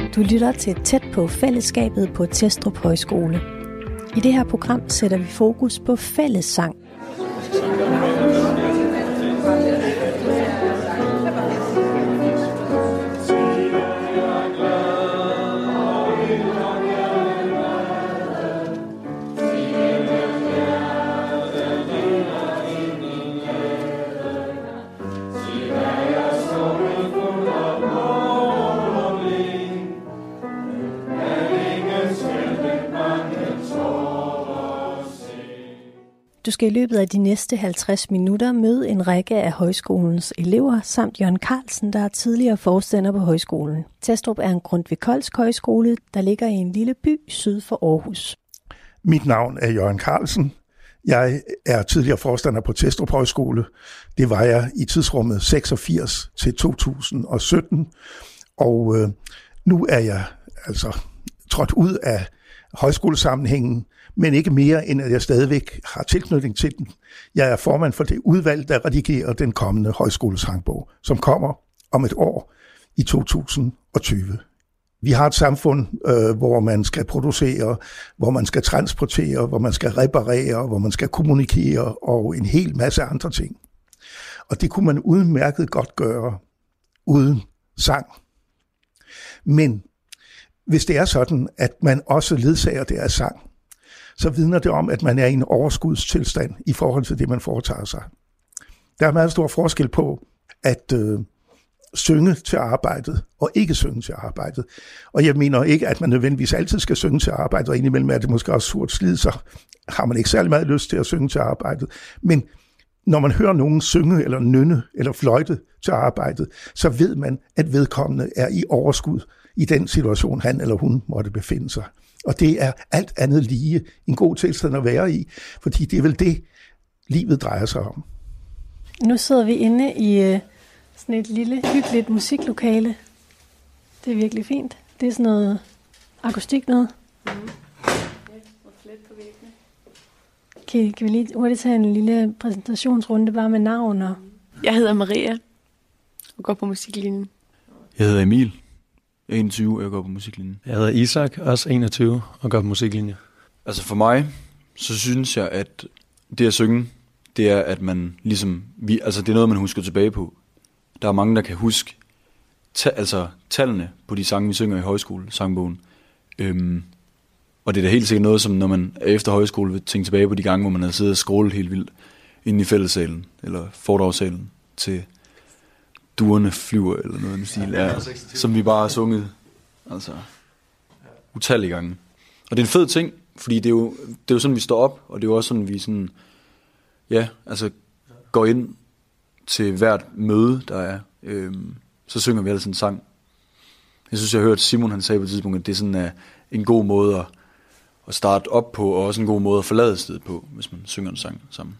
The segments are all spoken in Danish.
Du lytter til Tæt på fællesskabet på Testrup Højskole. I det her program sætter vi fokus på fællessang. Du skal i løbet af de næste 50 minutter møde en række af højskolens elever, samt Jørgen Carlsen, der er tidligere forstander på højskolen. Testrup er en Grundtvig-Koldsk højskole, der ligger i en lille by syd for Aarhus. Mit navn er Jørgen Carlsen. Jeg er tidligere forstander på Testrup Højskole. Det var jeg i tidsrummet 86 til 2017. Og nu er jeg altså trådt ud af højskolesammenhængen, men ikke mere, end at jeg stadigvæk har tilknytning til den. Jeg er formand for det udvalg, der redigerer den kommende højskolesangbog, som kommer om et år i 2020. Vi har et samfund, hvor man skal producere, hvor man skal transportere, hvor man skal reparere, hvor man skal kommunikere og en hel masse andre ting. Og det kunne man udmærket godt gøre uden sang. Men hvis det er sådan, at man også ledsager det af sang, så vidner det om, at man er i en overskudstilstand i forhold til det, man foretager sig. Der er meget stor forskel på at synge til arbejdet og ikke synge til arbejdet. Og jeg mener ikke, at man nødvendigvis altid skal synge til arbejdet, og indimellem er det måske også surt slid, så har man ikke særlig meget lyst til at synge til arbejdet. Men når man hører nogen synge eller nynne eller fløjte til arbejdet, så ved man, at vedkommende er i overskud i den situation, han eller hun måtte befinde sig. Og det er alt andet lige en god tilstand at være i, fordi det er vel det, livet drejer sig om. Nu sidder vi inde i sådan et lille, hyggeligt musiklokale. Det er virkelig fint. Det er sådan noget akustik noget. Ja, og flet på væggene. Kan vi lige hurtigt tage en lille præsentationsrunde bare med navn? Og... Jeg hedder Maria og går på musiklinjen. Jeg hedder Emil. Jeg er 21, og jeg går på musiklinjen. Jeg hedder Isak, også 21, og går på musiklinjen. Altså for mig, så synes jeg, at det at synge, det er, at man ligesom... det er noget, man husker tilbage på. Der er mange, der kan huske tallene på de sange, vi synger i højskolesangbogen. Og det er da helt sikkert noget, som når man er efter højskole vil tænke tilbage på de gange, hvor man havde siddet og scrollet helt vildt inde i fællessalen, eller foredragssalen, til Duerne flyver, eller noget i den stil, som vi bare har sunget utallige gange. Og det er en fed ting, fordi det er jo sådan, vi står op, og det er jo også sådan, vi sådan, går ind til hvert møde, der er. Så synger vi altid en sang. Jeg synes, jeg har hørt Simon, han sagde på et tidspunkt, at det sådan er en god måde at starte op på, og også en god måde at forlade stedet på, hvis man synger en sang sammen.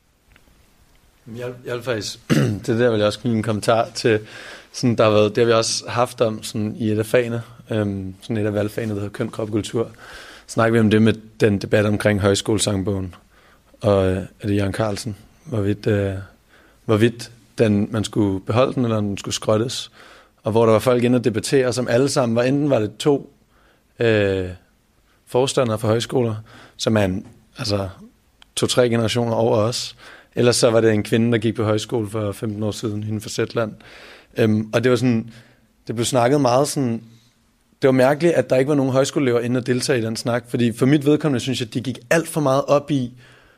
Jeg vil faktisk, det der vil jeg også give en kommentar til, sådan, det har vi også haft om sådan, i et af fagene, sådan et af valgfagene, der hedder Køn, Krop og Kultur. Snakker vi om det med den debat omkring højskolesangbogen, og er det Jørgen Carlsen, hvorvidt man skulle beholde den, eller den skulle skrottes, og hvor der var folk inde og debattere, som alle sammen var, enten var det 2 forstandere for højskoler, som er 2-3 generationer over os, ellers så var det en kvinde, der gik på højskole for 15 år siden inden for Zetland. Og det var sådan, det blev snakket meget sådan, det var mærkeligt, at der ikke var nogen højskoleelever inde og deltage i den snak, fordi for mit vedkommende synes jeg, at de gik alt for meget op i,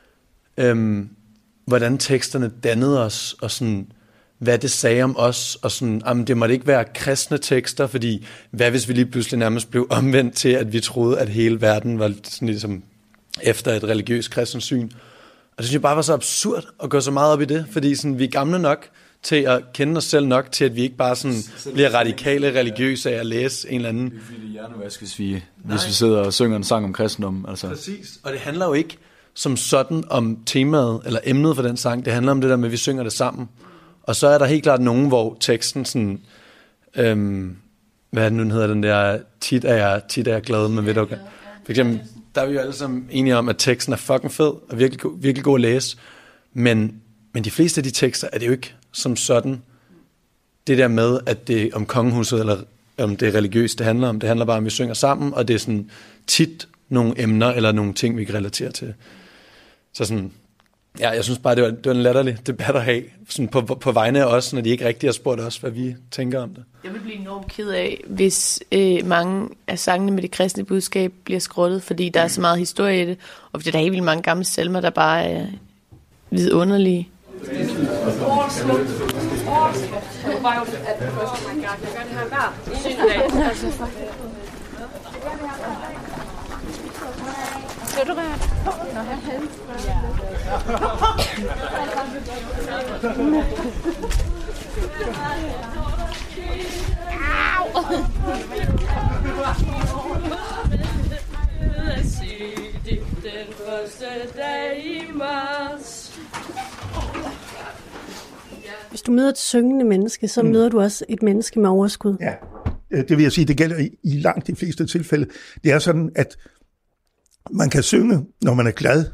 hvordan teksterne dannede os, og sådan, hvad det sagde om os, og sådan, det måtte ikke være kristne tekster, fordi hvad hvis vi lige pludselig nærmest blev omvendt til, at vi troede, at hele verden var sådan ligesom efter et religiøst kristent syn. Og det synes jeg bare var så absurd at gå så meget op i det, fordi sådan, vi er gamle nok til at kende os selv nok til, at vi ikke bare sådan bliver radikale religiøse af at læse en eller anden... Det er fordi, det er hjernevask, hvis vi sidder og synger en sang om kristendom. Altså. Præcis, og det handler jo ikke som sådan om temaet eller emnet for den sang. Det handler om det der med, at vi synger det sammen. Og så er der helt klart nogen, hvor teksten sådan... hvad er det nu, hedder den der... Tit er jeg glad, men ved du okay. For eksempel, der er vi jo alle sammen enige om, at teksten er fucking fed og virkelig god at læse. Men de fleste af de tekster er det jo ikke som sådan det der med, at det er om kongehuset eller om det er religiøst, det handler om. Det handler bare om, at vi synger sammen, og det er sådan tit nogle emner eller nogle ting, vi kan relatere til. Så sådan, ja, jeg synes bare, det var en latterlig debat at have, sådan på vegne af os, når de ikke rigtig har spurgt os, hvad vi tænker om det. Jeg vil blive enormt ked af, hvis mange af sangene med det kristne budskab bliver skrottet, fordi der er så meget historie i det, og fordi der er helt vildt mange gamle salmer, der bare er vidunderlige. Den første dag i marts. Hvis du møder et syngende menneske, så møder du også et menneske med overskud. Ja, det vil jeg sige, det gælder i langt de fleste tilfælde. Det er sådan, at man kan synge, når man er glad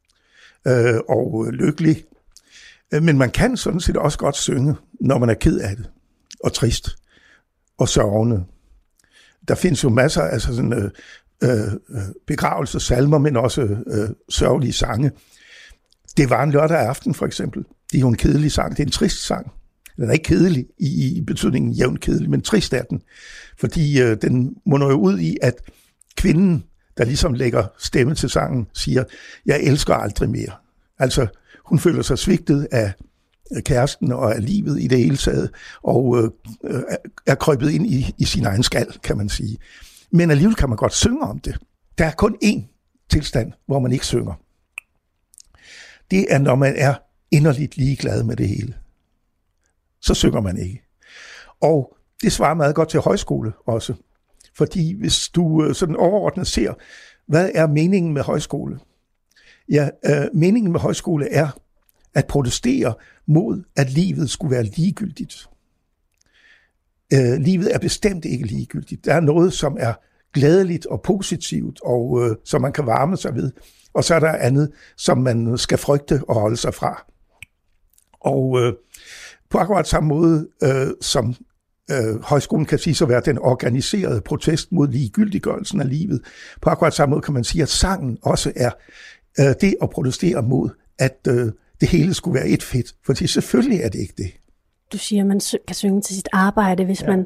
og lykkelig, men man kan sådan set også godt synge, når man er ked af det, og trist, og sørgende. Der findes jo masser af sådan, begravelsesalmer, men også sørgelige sange. Det var en lørdag aften, for eksempel. Det er jo en kedelig sang. Det er en trist sang. Den er ikke kedelig i betydningen jævnt kedelig, men trist er den. Fordi den munder jo ud i, at kvinden, der ligesom lægger stemme til sangen, siger, jeg elsker aldrig mere. Altså, hun føler sig svigtet af kæresten og af livet i det hele taget, og er krøbet ind i sin egen skal, kan man sige. Men alligevel kan man godt synge om det. Der er kun én tilstand, hvor man ikke synger. Det er, når man er inderligt ligeglad med det hele. Så synger man ikke. Og det svarer meget godt til højskole også. Fordi hvis du sådan overordnet ser, hvad er meningen med højskole? Ja, meningen med højskole er at protestere mod, at livet skulle være ligegyldigt. Livet er bestemt ikke ligegyldigt. Der er noget, som er glædeligt og positivt, og som man kan varme sig ved. Og så er der andet, som man skal frygte og holde sig fra. Og på akkurat samme måde, som højskolen kan sige så være den organiserede protest mod ligegyldiggørelsen af livet, på akkurat samme måde kan man sige, at sangen også er det at protestere mod, at det hele skulle være et fedt. Fordi selvfølgelig er det ikke det. Du siger, at man kan synge til sit arbejde, hvis man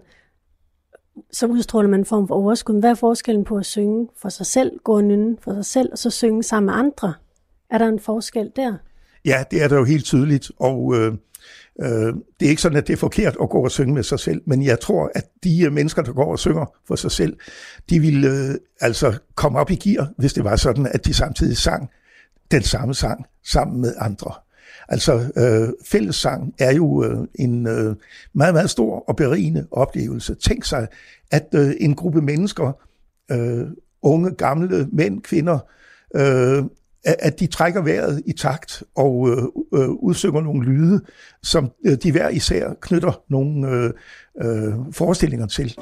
så udstråler man en form for overskud. Hvad er forskellen på at synge for sig selv, gå og nynne for sig selv, og så synge sammen med andre? Er der en forskel der? Ja, det er der jo helt tydeligt, og det er ikke sådan, at det er forkert at gå og synge med sig selv, men jeg tror, at de mennesker, der går og synger for sig selv, de ville altså komme op i gear, hvis det var sådan, at de samtidig sang den samme sang sammen med andre. Altså fællessang er jo en meget, meget stor og berigende oplevelse. Tænk sig, at en gruppe mennesker, unge, gamle, mænd, kvinder, at de trækker vejret i takt og udsynger nogle lyde, som de hver især knytter nogle forestillinger til.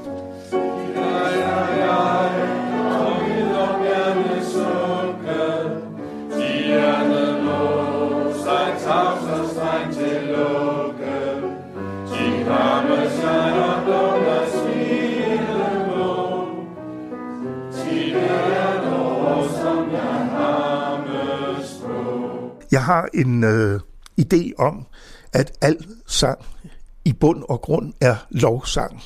Jeg har en idé om, at al sang i bund og grund er lovsang.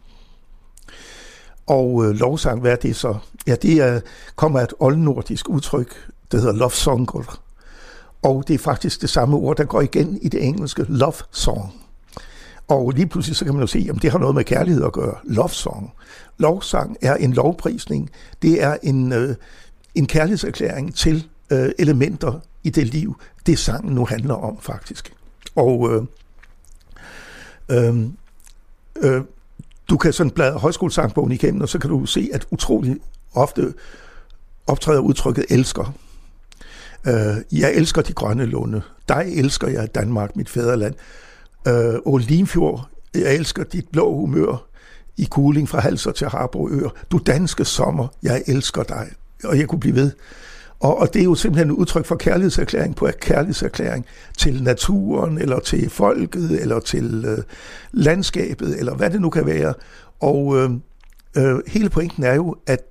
Og lovsang, hvad er det så? Ja, det kommer af et oldnordisk udtryk, der hedder lovsånger. Og det er faktisk det samme ord, der går igen i det engelske love song. Og lige pludselig så kan man jo se, at det har noget med kærlighed at gøre. Love song. Lovsang er en lovprisning. Det er en kærlighedserklæring til elementer i det liv, det sangen nu handler om faktisk. Og du kan sådan bladre højskolesangbogen igennem, og så kan du se, at utroligt ofte optræder udtrykket elsker. Jeg elsker de grønne lunde. Dig elsker jeg, Danmark, mit fædreland. Og Limfjord, jeg elsker dit blå humør i Kuling fra Halser til Harboøre. Du danske sommer, jeg elsker dig. Og jeg kunne blive ved. Og det er jo simpelthen et udtryk for kærlighedserklæring på kærlighedserklæring til naturen, eller til folket, eller til landskabet, eller hvad det nu kan være. Og hele pointen er jo, at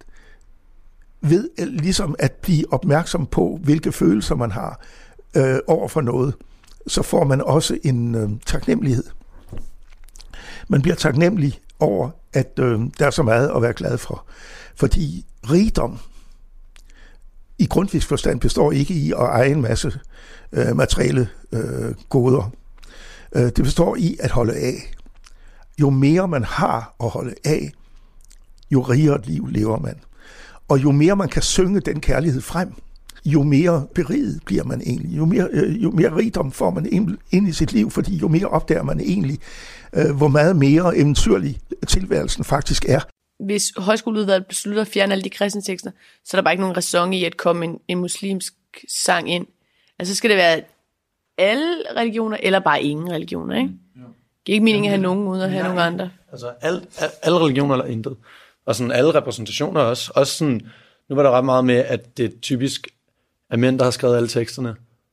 ved ligesom at blive opmærksom på, hvilke følelser man har over for noget, så får man også en taknemmelighed. Man bliver taknemmelig over, at der er så meget at være glad for. Fordi rigdom i Grundtvigs forstand består ikke i at eje en masse materielle goder. Det består i at holde af. Jo mere man har at holde af, jo rigere et liv lever man. Og jo mere man kan synge den kærlighed frem, jo mere beriget bliver man egentlig. Jo mere rigdom får man ind i sit liv, fordi jo mere opdager man egentlig, hvor meget mere eventyrlig tilværelsen faktisk er. Hvis højskoleudvalget beslutter at fjerne alle de kristne tekster, så er der bare ikke nogen ræson i at komme en muslimsk sang ind. Altså skal det være alle religioner, eller bare ingen religioner, ikke? Ja. Det er ikke meningen at have nogen uden at have nogen andre. Altså alle religioner eller intet. Og sådan alle repræsentationer også. Også sådan, nu var der ret meget med, at det typisk er mænd, der har skrevet alle teksterne.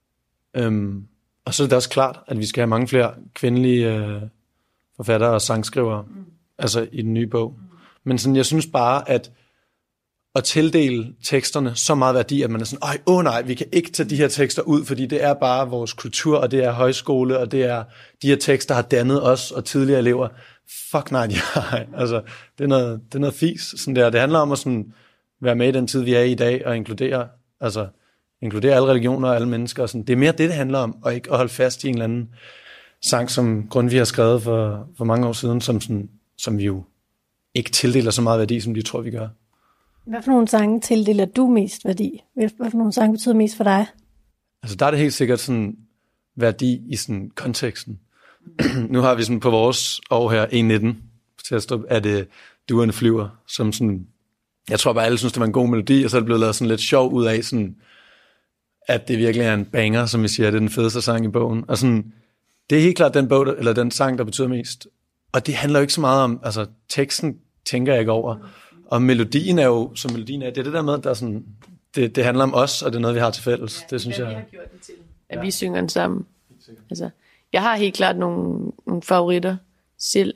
Og så er det også klart, at vi skal have mange flere kvindelige forfattere og sangskrivere, altså i den nye bog. Men sådan, jeg synes bare, at tildele teksterne så meget værdi, at man er sådan, nej, vi kan ikke tage de her tekster ud, fordi det er bare vores kultur, og det er højskole, og det er de her tekster, der har dannet os og tidligere elever. Fuck nej, altså, det er noget fis. Sådan der. Det handler om at sådan, være med i den tid, vi er i dag, og inkludere alle religioner og alle mennesker. Sådan. Det er mere det handler om, og ikke at holde fast i en eller anden sang, som Grundtvig har skrevet for mange år siden, som vi jo ikke tildeler så meget værdi, som de tror, vi gør. Hvad for nogle sange tildeler du mest værdi? Hvad for nogle sange betyder mest for dig? Altså der er det helt sikkert sådan værdi i sådan konteksten. Nu har vi sådan på vores år her, 1.19, til at stå, er det Duerne flyver, som sådan, jeg tror bare alle synes, det var en god melodi, og så er det blevet lavet sådan lidt sjov ud af, sådan, at det virkelig er en banger, som vi siger, det er den fedeste sang i bogen. Og sådan, det er helt klart den bog, eller den sang, der betyder mest. Og det handler jo ikke så meget om, altså teksten tænker jeg ikke over. Og melodien er jo, som melodien er, det er det der med, der er sådan, det handler om os, og det er noget, vi har til fælles. Ja, det synes jeg. Vi har gjort det til, at vi synger den sammen. Altså, jeg har helt klart nogle favoritter selv.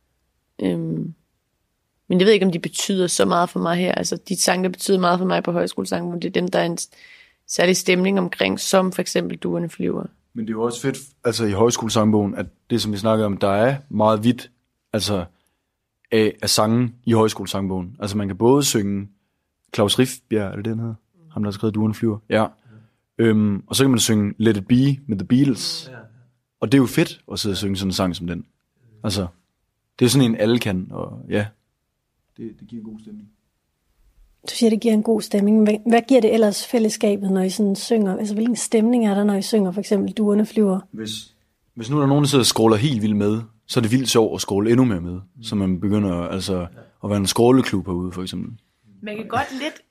Men jeg ved ikke, om de betyder så meget for mig her. Altså, de sange, der betyder meget for mig på højskolesangen, det er dem, der er en særlig stemning omkring, som for eksempel Duerne flyver. Men det er jo også fedt, altså i højskolesangbogen, at det, som vi snakker om, der er meget vidt, altså af sange i højskolesangbogen. Altså man kan både synge Klaus Rifbjerg, er det den hedder? Ham, der har skrevet Duerne flyver. Ja. Og så kan man synge Let It Be med The Beatles. Og det er jo fedt at sidde og synge sådan en sang som den. Altså, det er sådan en alle kan, og ja, det giver en god stemning. Du siger, det giver en god stemning. Hvad giver det ellers fællesskabet, når I sådan synger? Altså, hvilken stemning er der, når I synger for eksempel Duerne flyver? Hvis nu er der nogen, der sidder og scroller helt vildt med, så er det vildt sjovt at scrolle endnu mere med. Så man begynder altså at være en scrolleklub herude, for eksempel. Man kan godt lidt,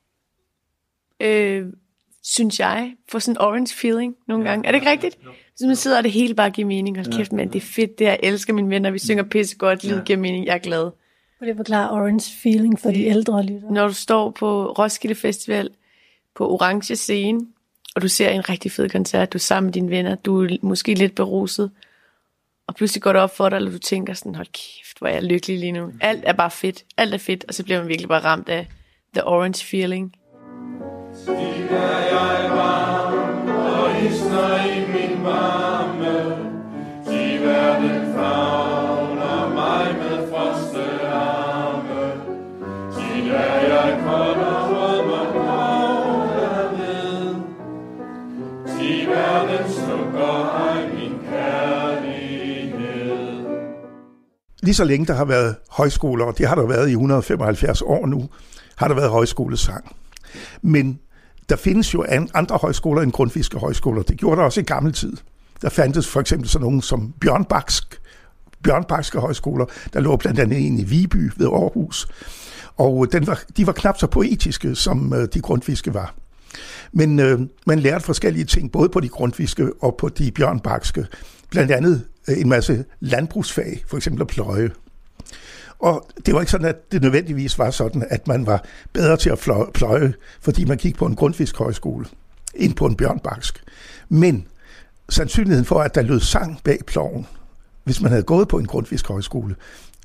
synes jeg, få sådan en orange feeling nogle gange. Er det ikke rigtigt? Så man sidder og det hele bare giver mening. Hold kæft, mand, det er fedt, det jeg elsker mine venner. Vi synger pissegodt, livet giver mening, jeg er glad. Vil det forklare orange feeling for de ældre lyttere? Når du står på Roskilde Festival på orange scene, og du ser en rigtig fed koncert, du er sammen med dine venner, du er måske lidt beruset, og pludselig går det op for dig, eller du tænker sådan, hold kæft, hvor er jeg lykkelig lige nu. Alt er bare fedt, alt er fedt, og så bliver man virkelig bare ramt af the orange feeling. Stiger jeg varm, og isner i min varme, de verden favner mig med frosne arme. Tit er jeg kold og rød, man kravler ved, de verden slukker ej min kærlighed. Lige så længe der har været højskoler, og det har der været i 175 år nu, har der været højskolesang. Men der findes jo andre højskoler end grundtvigske højskoler. Det gjorde der også i gammel tid. Der fandtes for eksempel sådan nogle som Bjørnbakske højskoler. Der lå blandt andet en i Viby ved Aarhus. Og de var knap så poetiske, som de grundtvigske var. Men man lærte forskellige ting, både på de grundtvigske og på de bjørnbakske. Blandt andet en masse landbrugsfag, for eksempel at pløje. Og det var ikke sådan, at det nødvendigvis var sådan, at man var bedre til at pløje, fordi man gik på en grundtvigsk højskole, end på en bjørnbaksk. Men sandsynligheden for, at der lød sang bag ploven, hvis man havde gået på en grundtvigsk højskole,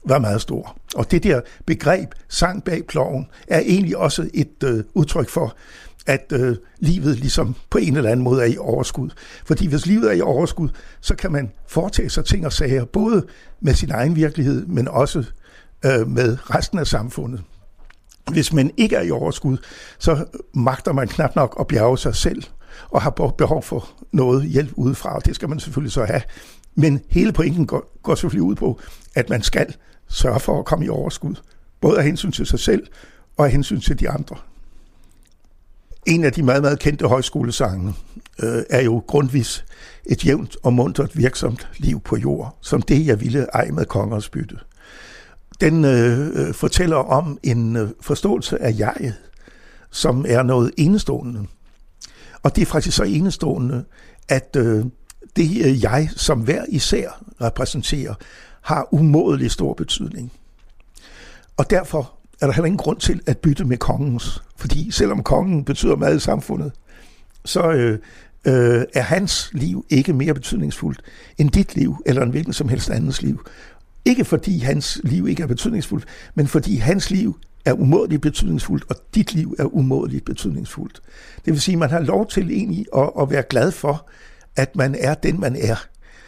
var meget stor. Og det der begreb, sang bag ploven, er egentlig også et udtryk for, at livet ligesom på en eller anden måde er i overskud. Fordi hvis livet er i overskud, så kan man foretage sig ting og sager, både med sin egen virkelighed, men også med resten af samfundet. Hvis man ikke er i overskud, så magter man knap nok at bjerge sig selv, og har behov for noget hjælp udefra, og det skal man selvfølgelig så have. Men hele pointen går selvfølgelig ud på, at man skal sørge for at komme i overskud, både af hensyn til sig selv og af hensyn til de andre. En af de meget, meget kendte højskolesange er jo Grundtvigs Et jævnt og muntert virksomt liv på jord, som det jeg ville ej med kongers bytte. Den fortæller om en forståelse af jeget, som er noget enestående. Og det er faktisk så enestående, at det jeg, som hver især repræsenterer, har umådelig stor betydning. Og derfor er der heller ingen grund til at bytte med kongens. Fordi selvom kongen betyder meget i samfundet, så er hans liv ikke mere betydningsfuldt end dit liv, eller en hvilken som helst andens liv. Ikke fordi hans liv ikke er betydningsfuldt, men fordi hans liv er umådeligt betydningsfuldt, og dit liv er umådeligt betydningsfuldt. Det vil sige, at man har lov til egentlig at være glad for, at man er den, man er.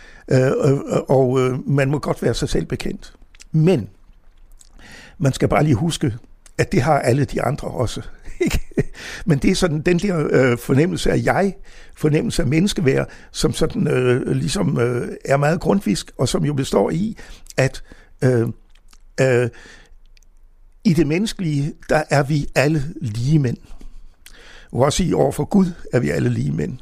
Og man må godt være sig selv bekendt. Men man skal bare lige huske, at det har alle de andre også. Men det er sådan den der fornemmelse af jeg, fornemmelse af menneskeværd, som sådan ligesom er meget grundvisk, og som jo består i, at i det menneskelige, der er vi alle lige mænd. Og også i overfor Gud er vi alle lige mænd.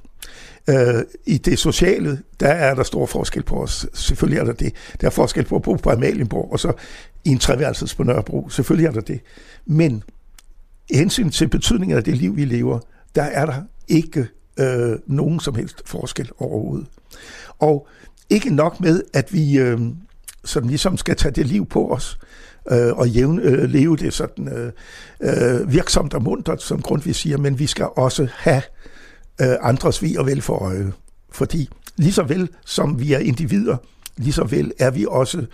I det sociale, der er der stor forskel på os. Selvfølgelig er der det. Der er forskel på at bo på Amalienborg, og så i en treværelses på Nørrebro. Selvfølgelig er der det. Men i hensyn til betydningen af det liv, vi lever, der er der ikke nogen som helst forskel overhovedet. Og ikke nok med, at vi sådan ligesom skal tage det liv på os, og leve det sådan virksomt og muntert, som Grundtvig siger, men vi skal også have andres ve og vel for øje. Fordi lige så vel som vi er individer, lige så vel er vi også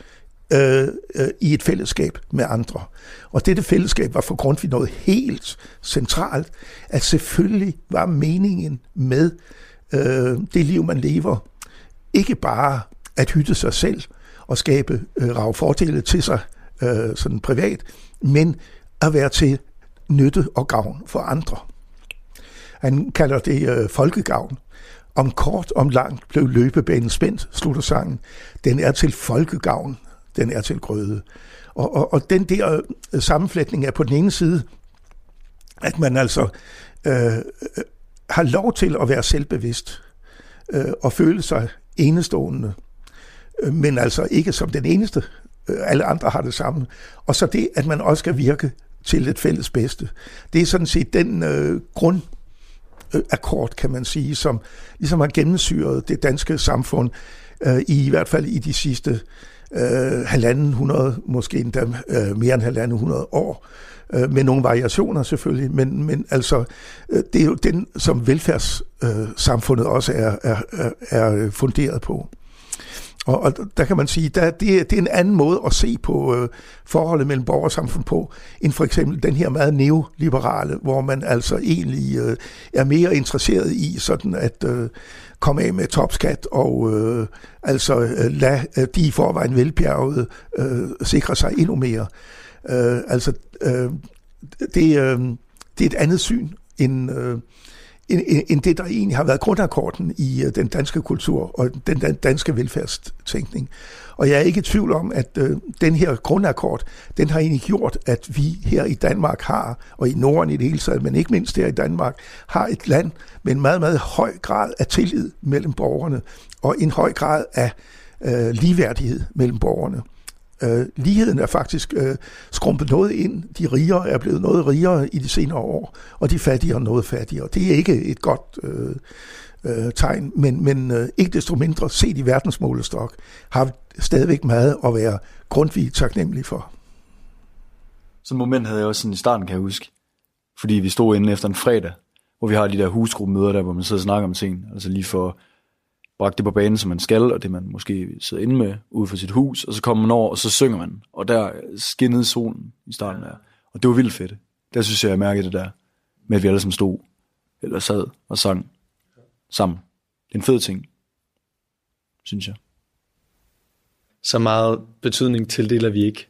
i et fællesskab med andre. Og dette fællesskab var for Grundtvig noget helt centralt, at selvfølgelig var meningen med det liv, man lever, ikke bare at hytte sig selv og skabe rage fordele til sig sådan privat, men at være til nytte og gavn for andre. Han kalder det folkegavn. Om kort, om langt blev løbebanen spændt, slutter sangen. Den er til folkegavn, den er til grøde. Og den der sammenflætning er på den ene side, at man altså har lov til at være selvbevidst og føle sig enestående, men altså ikke som den eneste. Alle andre har det samme. Og så det, at man også skal virke til et fælles bedste. Det er sådan set den grundakkord, kan man sige, som ligesom har gennemsyret det danske samfund, i hvert fald i de sidste 1.500, måske endda mere end 1.500 år, med nogle variationer selvfølgelig, men altså, det er jo den, som velfærdssamfundet også er funderet på. Og der kan man sige, det er en anden måde at se på forholdet mellem borger og samfund på, end for eksempel den her meget neoliberale, hvor man altså egentlig er mere interesseret i sådan at komme af med topskat og altså lade de i forvejen velbjergede sikre sig endnu mere. Det er et andet syn end det, der egentlig har været grundakkorden i den danske kultur og den danske velfærdstænkning. Og jeg er ikke i tvivl om, at den her grundakkord, den har egentlig gjort, at vi her i Danmark har, og i Norden i det hele taget, men ikke mindst her i Danmark, har et land med en meget, meget høj grad af tillid mellem borgerne, og en høj grad af ligeværdighed mellem borgerne. Ligheden er faktisk skrumpet noget ind. De rigere er blevet noget rigere i de senere år, og de fattigere noget fattigere. Det er ikke et godt tegn, men ikke desto mindre set i verdensmålestok har vi stadigvæk meget at være Grundtvig taknemmelig for. Sådan et moment havde jeg også sådan i starten, kan jeg huske. Fordi vi stod inde efter en fredag, hvor vi har de der husgruppemøder der, hvor man sidder og snakker om ting. Altså lige for bragt det på banen, som man skal, og det man måske sidder inde med ude for sit hus, og så kommer man over, og så synger man. Og der skinnede solen i starten der. Og det var vildt fedt. Der synes jeg mærkede det der, med at vi alle sammen stod, eller sad og sang sammen. Det er en fed ting, synes jeg. Så meget betydning tildeler vi ikke.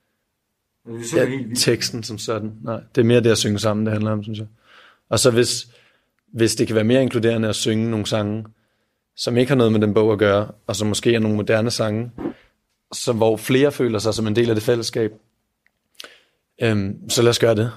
Teksten som sådan. Nej, det er mere det at synge sammen, det handler om, synes jeg. Og så hvis det kan være mere inkluderende at synge nogle sange, som ikke har noget med den bog at gøre, og som måske er nogle moderne sange, så hvor flere føler sig som en del af det fællesskab, så lad os gøre det.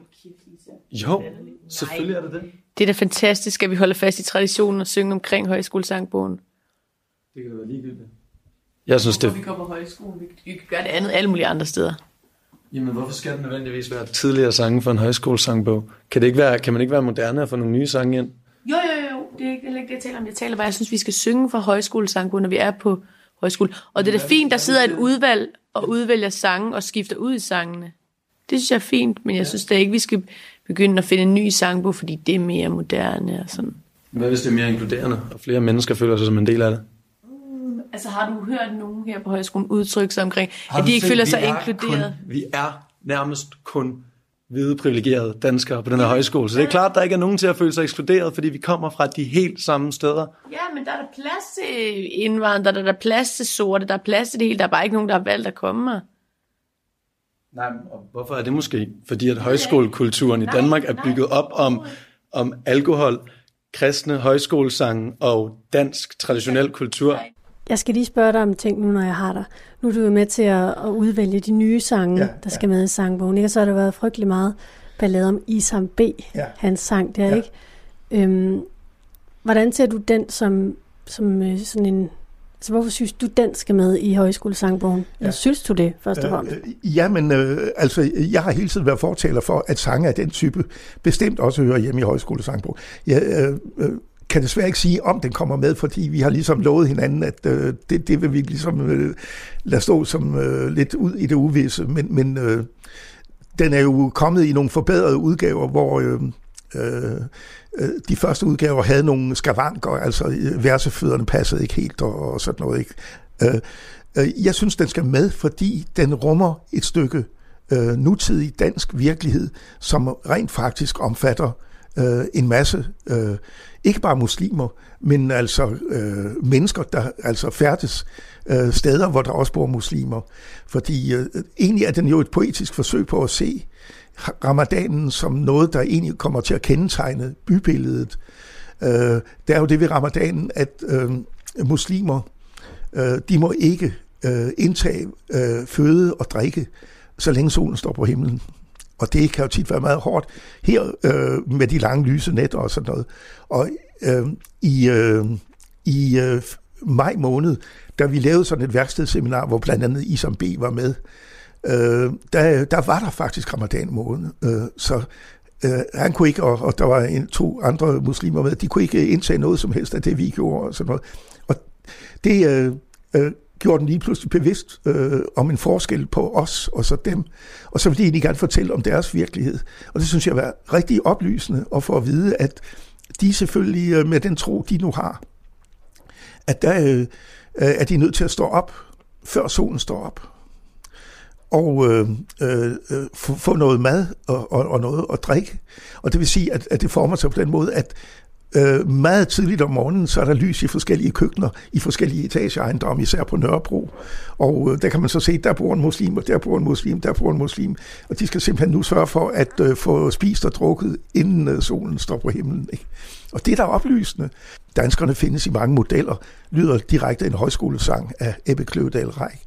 Jo, selvfølgelig er det det. Det er da fantastisk, at vi holder fast i traditionen og synge omkring højskolesangbogen. Det kan da være ligegyldigt. Jeg synes det. Vi går på højskole, vi kan gøre det andet alle mulige andre steder. Jamen, hvorfor skal det nødvendigvis være tidligere sange for en højskolesangbog? Kan man ikke være moderne og få nogle nye sange ind? Jo. Det er ikke det, jeg taler om. Jeg taler bare, jeg synes, vi skal synge for højskolesangbogen, når vi er på højskole. Og det er da fint, der sidder et udvalg og udvælger sange og skifter ud i sangene. Det synes jeg er fint, men jeg synes da ikke, vi skal begynde at finde en ny sangbog, fordi det er mere moderne og sådan. Hvad hvis det er mere inkluderende, og flere mennesker føler sig som en del af det? Altså har du hørt nogen her på højskolen udtrykke sig omkring, at de ikke føler sig inkluderet? Vi er nærmest kun hvide privilegerede danskere på den her højskole, så det er klart, at der ikke er nogen til at føle sig ekskluderet, fordi vi kommer fra de helt samme steder. Ja, men der er der plads til indvandrere, der er plads til sorte, der er plads til det hele, der er bare ikke nogen, der har valgt at komme her. Nej, og hvorfor er det måske? Fordi at højskolekulturen i Danmark er bygget op om alkohol, kristne højskolesange og dansk traditionel kultur. Jeg skal lige spørge dig om ting nu, når jeg har dig. Nu er du jo med til at udvælge de nye sange, der skal med i sangbogen. Ikke? Og så har der været frygtelig meget ballade om Isam B., hans sang der, ikke? Hvordan ser du den som sådan en... Altså, hvorfor synes du, den skal med i højskolesangbogen? Ja. Synes du det, først og fremmest? Jamen, jeg har hele tiden været fortaler for, at sange af den type bestemt også hører hjemme i højskolesangbogen. Jeg kan desværre ikke sige, om den kommer med, fordi vi har ligesom lovet hinanden, at det vil vi ligesom lade stå som lidt ud i det uvisse. Men den er jo kommet i nogle forbedrede udgaver, hvor... de første udgaver havde nogle skavanker, altså versefødderne passede ikke helt og sådan noget. Ikke? Jeg synes, den skal med, fordi den rummer et stykke nutidig dansk virkelighed, som rent faktisk omfatter en masse, ikke bare muslimer, men altså mennesker, der altså færdes steder, hvor der også bor muslimer. Fordi egentlig er den jo et poetisk forsøg på at se ramadanen som noget, der egentlig kommer til at kendetegne bybilledet. Der er jo det ved ramadanen, at muslimer, de må ikke indtage føde og drikke, så længe solen står på himlen. Og det kan jo tit være meget hårdt her med de lange lyse nætter og sådan noget. Og i maj måned, da vi lavede sådan et værkstedseminar, hvor blandt andet Isam B. var med, der var der faktisk ramadan måned, så han kunne ikke, og der var to andre muslimer med, de kunne ikke indtage noget som helst af det, vi gjorde og sådan noget. Og det gjorde den lige pludselig bevidst om en forskel på os og så dem, og så ville de egentlig gerne fortælle om deres virkelighed. Og det synes jeg var rigtig oplysende, og for at vide, at de selvfølgelig med den tro, de nu har, at der er de nødt til at stå op, før solen står op, og få noget mad og noget at drikke. Og det vil sige, at det former sig på den måde, at meget tidligt om morgenen, så er der lys i forskellige køkkener, i forskellige etageejendomme, især på Nørrebro. Og der kan man så se, der bor en muslim, og der bor en muslim, der bor en muslim. Og de skal simpelthen nu sørge for at få spist og drukket, inden solen står på himlen. Ikke? Og det, der er oplysende, danskerne findes i mange modeller, lyder direkte en højskolesang af Ebbe Kløvedal Reich.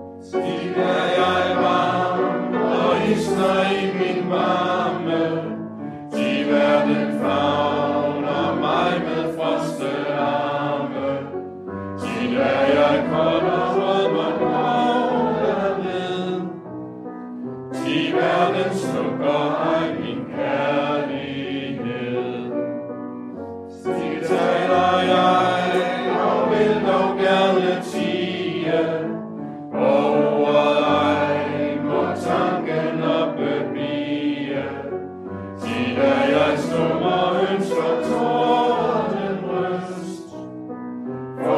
Isner i min varme, de verden favner mig med første arme. Tit er jeg kold og rød, man holder ved. Tit verden slukker ej min kærlighed. Tit taler jeg og vil dog gerne tie, og ordet ej må tanken opbebie. Tit er jeg stum og ønsker tårten røst, for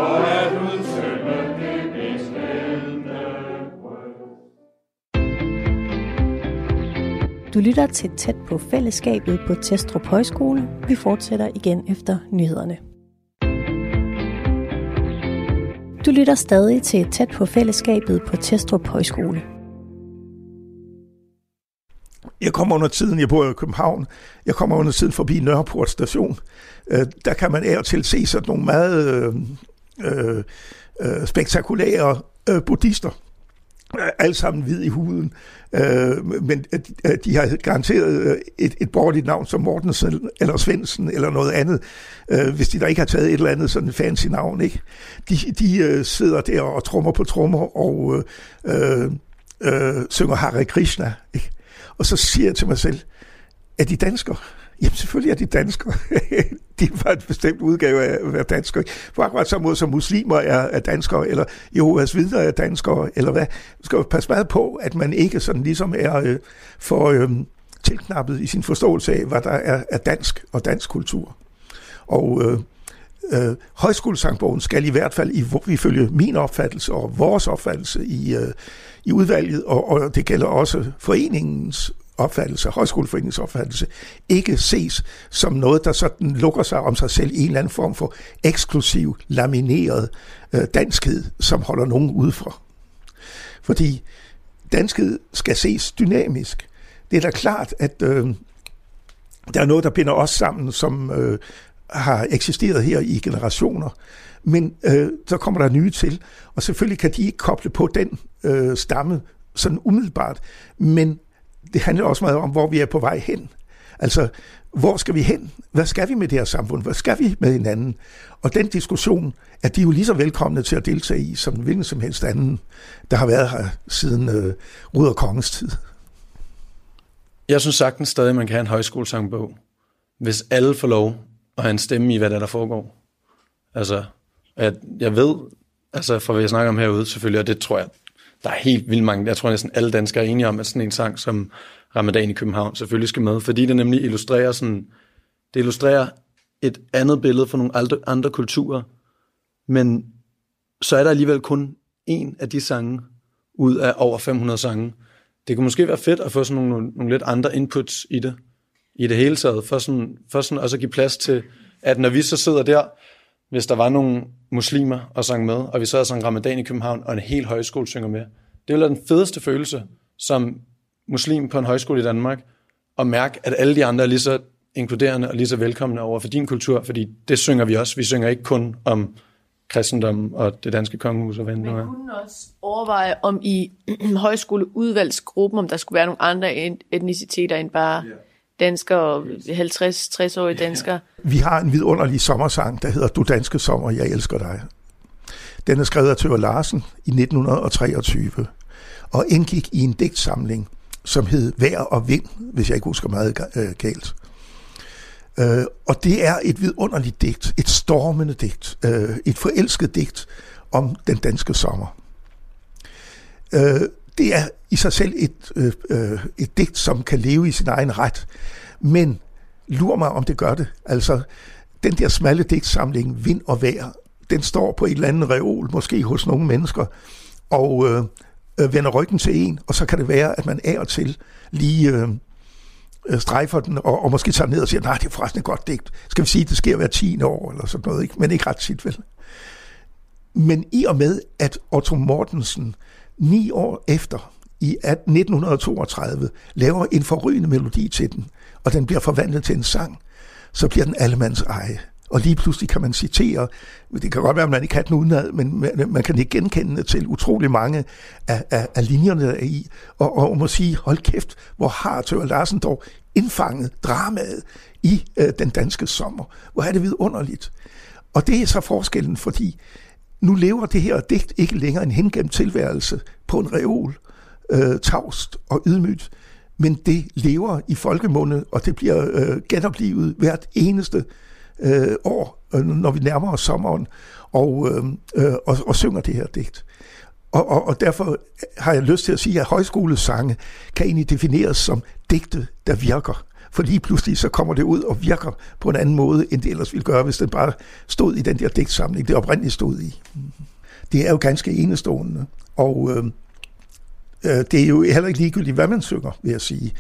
Du lytter til Tæt på fællesskabet på Testrup Højskole. Vi fortsætter igen efter nyhederne. Du lytter stadig til Tæt på fællesskabet på Testrup Højskole. Jeg kommer under tiden, jeg bor i København, jeg kommer under tiden forbi Nørreport station. Der kan man af og til se sådan nogle meget spektakulære buddhister. Alle sammen hvid i huden, men de har garanteret et borgerligt navn som Mortensen eller Svendsen eller noget andet, hvis de der ikke har taget et eller andet sådan fancy navn, ikke? De sidder der og trommer på trommer og synger Hare Krishna, ikke? Og så siger jeg til mig selv, er de danskere? Jamen selvfølgelig er de danskere. De var en bestemt udgave af at være danskere. For akkurat samme måde som muslimer er danskere, eller Jehovas vidner er danskere, eller hvad. Man skal jo passe meget på, at man ikke sådan ligesom er for tilknappet i sin forståelse af, hvad der er dansk og dansk kultur. Og højskolesangbogen skal i hvert fald, ifølge min opfattelse og vores opfattelse i udvalget, og det gælder også foreningens opfattelse, højskoleforeningens opfattelse, ikke ses som noget, der sådan lukker sig om sig selv i en eller anden form for eksklusiv, lamineret danskhed, som holder nogen udefra. Fordi danskhed skal ses dynamisk. Det er da klart, at der er noget, der binder os sammen, som har eksisteret her i generationer, men så kommer der nye til, og selvfølgelig kan de ikke koble på den stamme sådan umiddelbart, men det handler også meget om, hvor vi er på vej hen. Altså, hvor skal vi hen? Hvad skal vi med det her samfund? Hvad skal vi med hinanden? Og den diskussion er de jo lige så velkomne til at deltage i, som hvilken som helst anden, der har været her siden Ruder Kongens tid. Jeg synes sagtens stadig, man kan have en højskolesangbog, hvis alle får lov at have en stemme i, hvad der foregår. Altså, at jeg ved, altså fra hvad jeg snakker om herude selvfølgelig, og det tror jeg, der er helt vildt mange, jeg tror næsten alle danskere er enige om, at sådan en sang som Ramadan i København selvfølgelig skal med, fordi det nemlig illustrerer et andet billede for nogle andre kulturer, men så er der alligevel kun en af de sange ud af over 500 sange. Det kunne måske være fedt at få sådan nogle lidt andre inputs i det hele taget, for sådan også at give plads til, at når vi så sidder der, hvis der var nogle muslimer og sang med, og vi så havde sang Ramadan i København, og en hel højskole synger med. Det ville være den fedeste følelse som muslim på en højskole i Danmark, at mærke, at alle de andre er lige så inkluderende og lige så velkomne over for din kultur, fordi det synger vi også. Vi synger ikke kun om kristendom og det danske kongehus og hvad det nu er. Men kunne også overveje, om i højskoleudvalgsgruppen, om der skulle være nogle andre etniciteter end bare danskere og 50-60-årige danskere. Vi har en vidunderlig sommersang, der hedder Du danske sommer, jeg elsker dig. Den er skrevet af Thøger Larsen i 1923 og indgik i en digtsamling, som hed Vejr og Vind, hvis jeg ikke husker meget galt. Og det er et vidunderligt digt, et stormende digt, et forelsket digt om den danske sommer. Det er i sig selv et digt, som kan leve i sin egen ret, men lur mig, om det gør det. Altså, den der smalle digtsamling, Vind og Vejr, den står på et eller andet reol, måske hos nogle mennesker, og vender ryggen til en, og så kan det være, at man af og til lige strejfer den, og måske tager ned og siger, nej, det er forresten et godt digt. Skal vi sige, det sker hver 10 år, eller sådan noget, ikke? Men ikke ret tit, vel? Men i og med, at Otto Mortensen 9 år efter, i 1932, laver en forrygende melodi til den, og den bliver forvandlet til en sang, så bliver den allemands eje. Og lige pludselig kan man citere, det kan godt være, at man ikke har den udenad, men man kan ikke genkende til utrolig mange af linjerne der i, og må sige, hold kæft, hvor har Thøger Larsen dog indfanget dramaet i den danske sommer. Hvor er det vidunderligt. Og det er så forskellen, fordi nu lever det her digt ikke længere en hengemt tilværelse på en reol, tavst og ydmygt, men det lever i folkemunde, og det bliver genoplivet hvert eneste år, når vi nærmer os sommeren, og synger det her digt. Og derfor har jeg lyst til at sige, at højskolesange kan egentlig defineres som digte, der virker. For lige pludselig så kommer det ud og virker på en anden måde, end det ellers ville gøre, hvis den bare stod i den der digtsamling, det oprindeligt stod i. Det er jo ganske enestående, og det er jo heller ikke ligegyldigt, hvad man synger, vil jeg sige.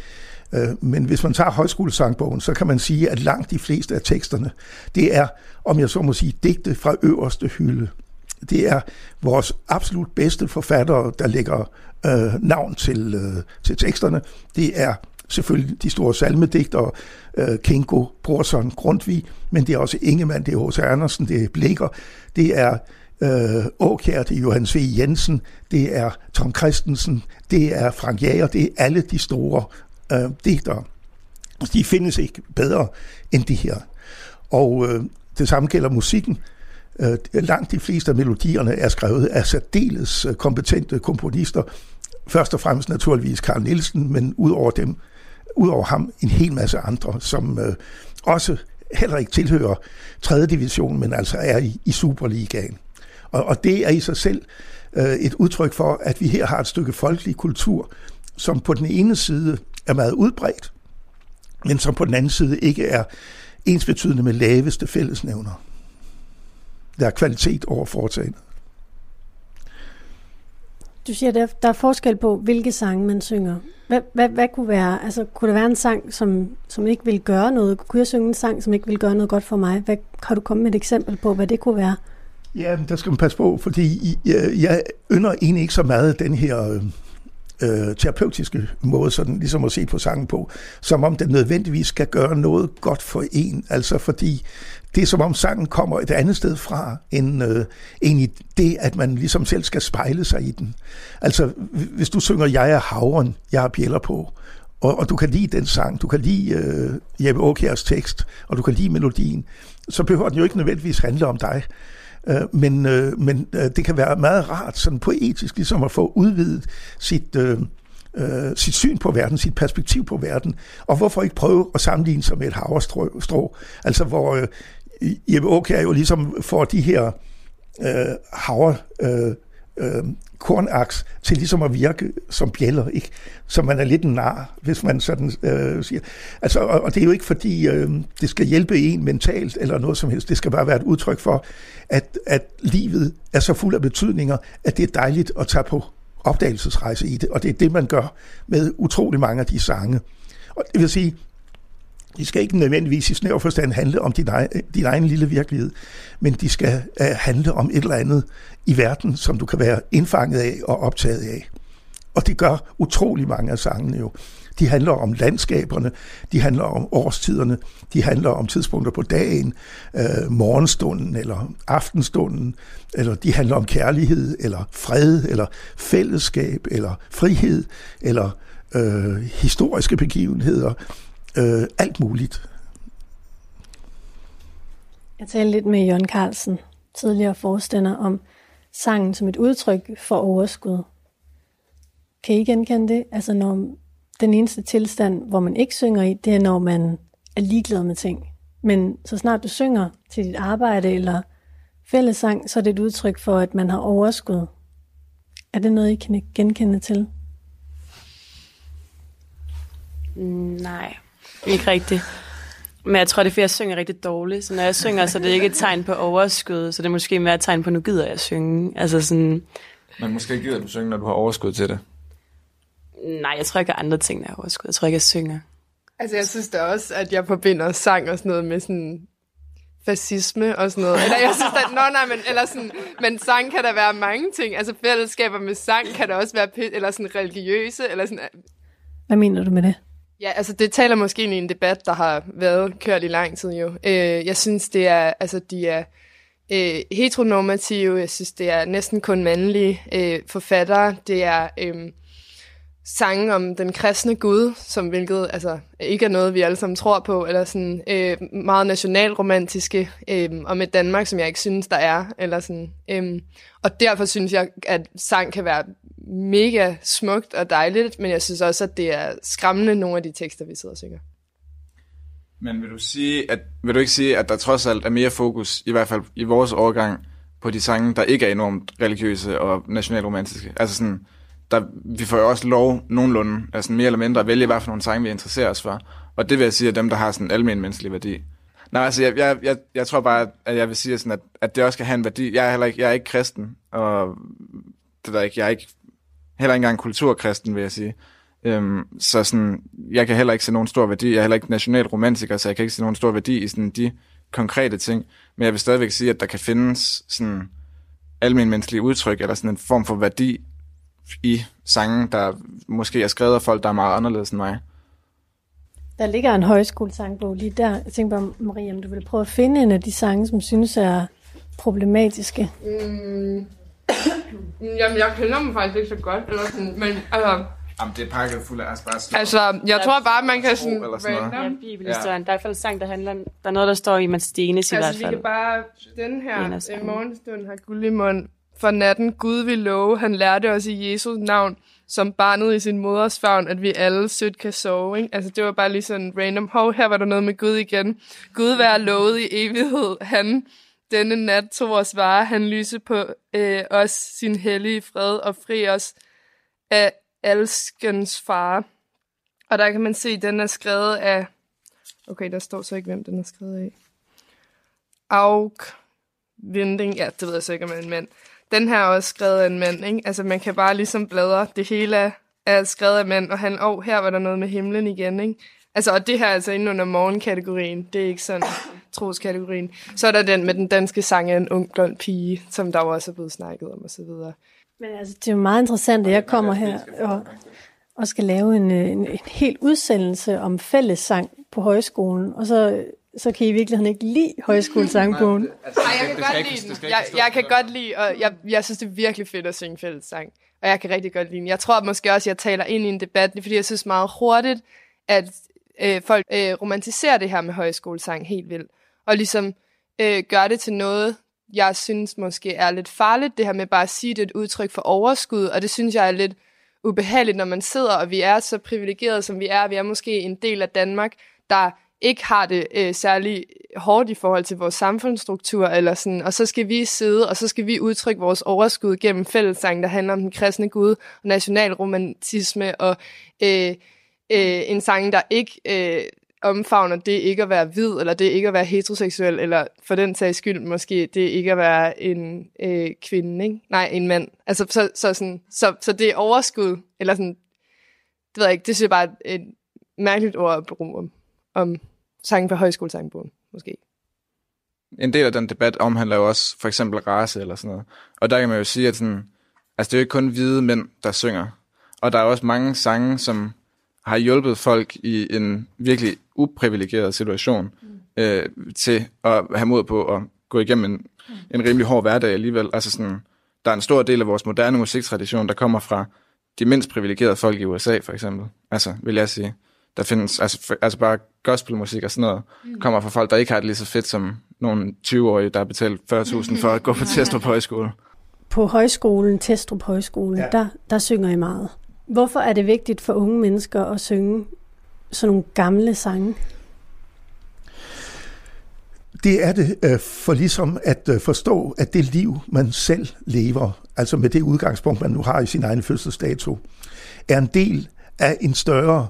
Men hvis man tager højskolesangbogen, så kan man sige, at langt de fleste af teksterne, det er, om jeg så må sige, digte fra øverste hylde. Det er vores absolut bedste forfattere, der lægger navn til teksterne. Det er selvfølgelig de store salmedigtere, Kingo, Brorson, Grundtvig, men det er også Ingemann, det er H.C. Andersen, det er Blicher, det er Aakjær, det er Johannes V. Jensen, det er Tom Christensen, det er Frank Jager, det er alle de store digtere. De findes ikke bedre end de her. Og det samme gælder musikken. Langt de fleste af melodierne er skrevet af særdeles kompetente komponister. Først og fremmest naturligvis Carl Nielsen, men udover ham en hel masse andre, som også heller ikke tilhører 3. division, men altså er i Superligaen. Og det er i sig selv et udtryk for, at vi her har et stykke folkelig kultur, som på den ene side er meget udbredt, men som på den anden side ikke er ensbetydende med laveste fællesnævner. Der er kvalitet over foretagendet. Du siger, der er forskel på, hvilke sange man synger. Hvad kunne være, altså kunne der være en sang, som ikke vil gøre noget? Kunne jeg synge en sang, som ikke vil gøre noget godt for mig? Kan du komme med et eksempel på, hvad det kunne være? Ja, der skal man passe på, fordi jeg ynder egentlig ikke så meget den her terapeutiske måde, sådan ligesom at se på sangen på, som om den nødvendigvis skal gøre noget godt for en. Altså fordi det er som om sangen kommer et andet sted fra, end i det, at man ligesom selv skal spejle sig i den. Altså hvis du synger Jeg er havren, jeg har bjælder på, og du kan lide den sang, du kan lide Jeppe Aakjærs tekst, og du kan lide melodien, så behøver den jo ikke nødvendigvis handle om dig. Men det kan være meget rart, sådan poetisk, ligesom at få udvidet sit syn på verden, sit perspektiv på verden. Og hvorfor ikke prøve at sammenligne sig med et havrestrå? Altså hvor Jeppe Aakjær jo ligesom får de her kornaks til ligesom at virke som bjælder, ikke? Så man er lidt en nar, hvis man sådan siger. Altså, og det er jo ikke fordi, det skal hjælpe en mentalt eller noget som helst. Det skal bare være et udtryk for, at livet er så fuld af betydninger, at det er dejligt at tage på opdagelsesrejse i det. Og det er det, man gør med utrolig mange af de sange. Og det vil sige, de skal ikke nødvendigvis i snæver forstand handle om din egen lille virkelighed, men de skal handle om et eller andet i verden, som du kan være indfanget af og optaget af. Og det gør utrolig mange af sangene jo. De handler om landskaberne, de handler om årstiderne, de handler om tidspunkter på dagen, morgenstunden eller aftenstunden, eller de handler om kærlighed, eller fred, eller fællesskab, eller frihed, eller historiske begivenheder. Alt muligt. Jeg talte lidt med Jørgen Carlsen, tidligere forstander, om sangen som et udtryk for overskud. Kan I genkende det? Altså når den eneste tilstand, hvor man ikke synger i, det er når man er ligeglad med ting. Men så snart du synger til dit arbejde eller fællessang, så er det et udtryk for, at man har overskud. Er det noget, I kan genkende til? Nej, ikke rigtigt. Men jeg tror, det er fordi, jeg synger rigtig dårligt. Så når jeg synger, så er det ikke et tegn på overskud, så det er måske mere et tegn på, nu gider jeg synge. Altså sådan... Men måske gider du synge, når du har overskud til det? Nej, jeg tror ikke, jeg har andre ting, der har overskud. Jeg tror ikke, jeg synger. Altså, jeg synes da også, at jeg forbinder sang og sådan noget med sådan fascisme og sådan noget. Eller jeg synes, at men sang kan der være mange ting. Altså, fællesskaber med sang kan der også være eller sådan religiøse, eller sådan... Hvad mener du med det? Ja, altså det taler måske ind i en debat, der har været kørt i lang tid jo. Jeg synes, det er, altså de er heteronormative, jeg synes, det er næsten kun mandlige forfattere. Det er sange om den kristne Gud, som hvilket altså ikke er noget, vi alle sammen tror på, eller sådan meget nationalromantiske, og med Danmark, som jeg ikke synes, der er. Eller sådan, og derfor synes jeg, at sang kan være mega smukt og dejligt, men jeg synes også, at det er skræmmende, nogle af de tekster, vi sidder og synger. Men vil du ikke sige, at der trods alt er mere fokus, i hvert fald i vores årgang, på de sange, der ikke er enormt religiøse og nationalromantiske? Altså sådan, vi får jo også lov nogenlunde, altså mere eller mindre, at vælge, hvad for nogle sange, vi interesserer os for. Og det vil jeg sige, at dem, der har sådan en almen menneskelig værdi. Nej, altså jeg tror bare, at jeg vil sige sådan, at det også skal have en værdi. Jeg er ikke kristen, og det der ikke, jeg er ikke heller ikke engang kulturkristen, vil jeg sige. Så sådan, jeg kan heller ikke se nogen stor værdi. Jeg er heller ikke nationalromantiker, så jeg kan ikke se nogen stor værdi i sådan de konkrete ting. Men jeg vil stadigvæk sige, at der kan findes sådan almenmenneskelige udtryk, eller sådan en form for værdi i sange, der måske er skrevet af folk, der er meget anderledes end mig. Der ligger en højskolesangbog lige der. Jeg tænker bare, Marie, om du vil prøve at finde en af de sange, som synes er problematiske. Jamen, jeg kender dem faktisk ikke så godt, eller sådan, men altså... Jamen, det er pakket fuld af bare altså, jeg tror bare, man kan sådan... Ja, bibelhistorien. Der er i hvert fald en sang, der handler... Der er noget, der står i Mads Stenes i hvert fald. Altså, vi kan bare... Den her morgenstund har guld i mund. For natten Gud vil love, han lærte os i Jesu navn, som barnet i sin moders favn, at vi alle sødt kan sove, ikke? Altså, det var bare lige sådan random. Her var der noget med Gud igen. Gud være lovet i evighed. Han... Denne nat tog os vare, han lyse på os sin hellige fred og fri os af alskens fare. Og der kan man se, at den er skrevet af... Okay, der står så ikke, hvem den er skrevet af. Aug Winding. Ja, det ved jeg så ikke, om en mand. Den her er også skrevet af en mand, ikke? Altså, man kan bare ligesom bladre. Det hele er skrevet af mand, og her var der noget med himlen igen, ikke? Altså, og det her er altså inde under morgenkategorien. Det er ikke sådan troskategorien. Så er der den med den danske sang af en ung blond pige, som der også er blevet snakket om, og så videre. Men altså, det er jo meget interessant, at jeg kommer her og skal lave en hel udsendelse om fællessang på højskolen, og så kan I virkelig ikke lide højskolesangbogen. Nej, jeg kan godt lide den. Jeg kan godt lide, og jeg synes, det er virkelig fedt at synge fællessang. Og jeg kan rigtig godt lide den. Jeg tror måske også, at jeg taler ind i en debat, fordi jeg synes meget hurtigt, at folk romantiserer det her med højskolesang helt vildt. Og ligesom gør det til noget, jeg synes måske er lidt farligt, det her med bare at sige, det er et udtryk for overskud, og det synes jeg er lidt ubehageligt, når man sidder, og vi er så privilegerede, som vi er. Vi er måske en del af Danmark, der ikke har det særlig hårdt i forhold til vores samfundsstruktur, eller sådan, og så skal vi sidde, og så skal vi udtrykke vores overskud gennem fællessang, der handler om den kristne Gud, og nationalromantisme, og en sang, der ikke omfavner det ikke at være hvid, eller det ikke at være heteroseksuel, eller for den sags skyld måske det ikke at være en kvinde, ikke? Nej, en mand. Altså, så det er overskud, eller sådan, det ved jeg ikke, det synes jeg bare et mærkeligt ord at bruge om sangen på højskolesangbogen, måske. En del af den debat omhandler jo også for eksempel race eller sådan noget. Og der kan man jo sige, at sådan, altså det er jo ikke kun hvide mænd, der synger. Og der er også mange sange, som har hjulpet folk i en virkelig uprivilegeret situation til at have mod på at gå igennem en rimelig hård hverdag alligevel. Altså sådan, der er en stor del af vores moderne musiktradition, der kommer fra de mindst privilegerede folk i USA, for eksempel. Altså, vil jeg sige. Der findes, altså bare gospelmusik og sådan noget, kommer fra folk, der ikke har det lige så fedt som nogle 20-årige, der har betalt 40.000 for at gå på Testrup Højskole. På højskolen, Testrup Højskole, der synger I meget. Hvorfor er det vigtigt for unge mennesker at synge sådan nogle gamle sange? Det er det for ligesom at forstå, at det liv, man selv lever, altså med det udgangspunkt, man nu har i sin egen fødselsdato, er en del af en større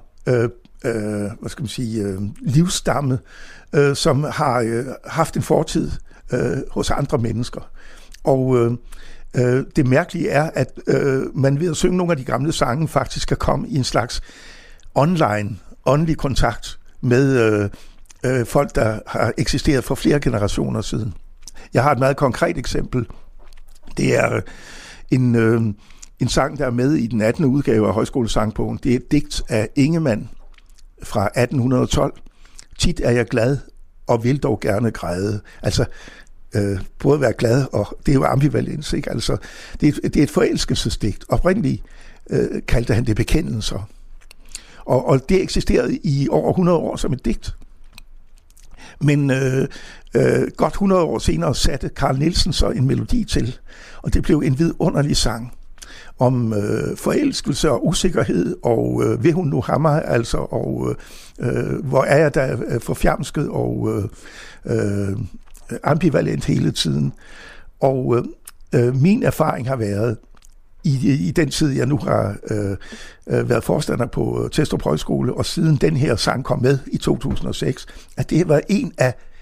livsstamme, som har haft en fortid hos andre mennesker. Og det mærkelige er, at man ved at synge nogle af de gamle sange faktisk kan komme i en slags online, åndelig kontakt med folk, der har eksisteret for flere generationer siden. Jeg har et meget konkret eksempel. Det er en sang, der er med i den 18. udgave af Højskolesangbogen. Det er et digt af Ingemann fra 1812. Tit er jeg glad og vil dog gerne græde. Altså, både være glad, og det er jo ambivalens, ikke? Altså, det er et forelskelsesdigt. Oprindeligt kaldte han det bekendelser. Og det eksisterede i over 100 år som et digt. Men godt 100 år senere satte Carl Nielsen så en melodi til, og det blev en vidunderlig sang om forelskelse og usikkerhed, og vil hun nu have mig, altså, og hvor er jeg da forfjamsket og ambivalent hele tiden. Og min erfaring har været, i den tid, jeg nu har været forstander på Testrup Højskole, og siden den her sang kom med i 2006, at det var en af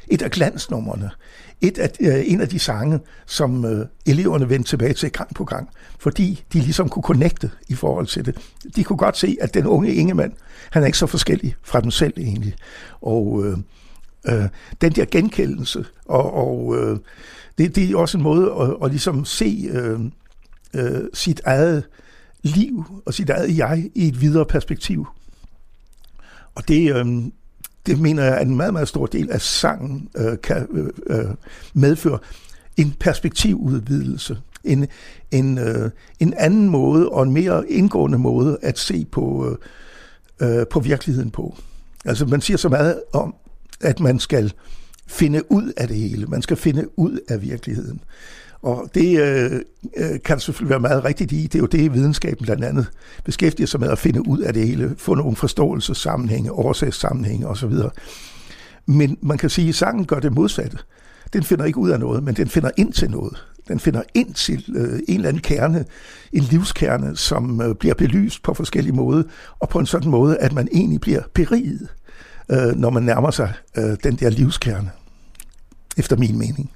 et glansnumrene. En af de sange, som eleverne vendte tilbage til gang på gang, fordi de ligesom kunne connecte i forhold til det. De kunne godt se, at den unge Ingemann, han er ikke så forskellig fra dem selv egentlig. Og den der genkendelse, det er også en måde at ligesom se sit eget liv og sit eget jeg i et videre perspektiv. Og det mener jeg, at en meget, meget stor del af sangen kan medføre en perspektivudvidelse. En anden måde og en mere indgående måde at se på virkeligheden på. Altså man siger så meget om, at man skal finde ud af det hele. Man skal finde ud af virkeligheden. Og det kan selvfølgelig være meget rigtigt i. Det er jo det, videnskaben blandt andet beskæftiger sig med, at finde ud af det hele, få nogle forståelsessammenhænge, årsagssammenhænge osv. Men man kan sige, at sangen gør det modsatte. Den finder ikke ud af noget, men den finder ind til noget. Den finder ind til en eller anden kerne, en livskerne, som bliver belyst på forskellige måder, og på en sådan måde, at man egentlig bliver beriget, når man nærmer sig den der livskerne, efter min mening.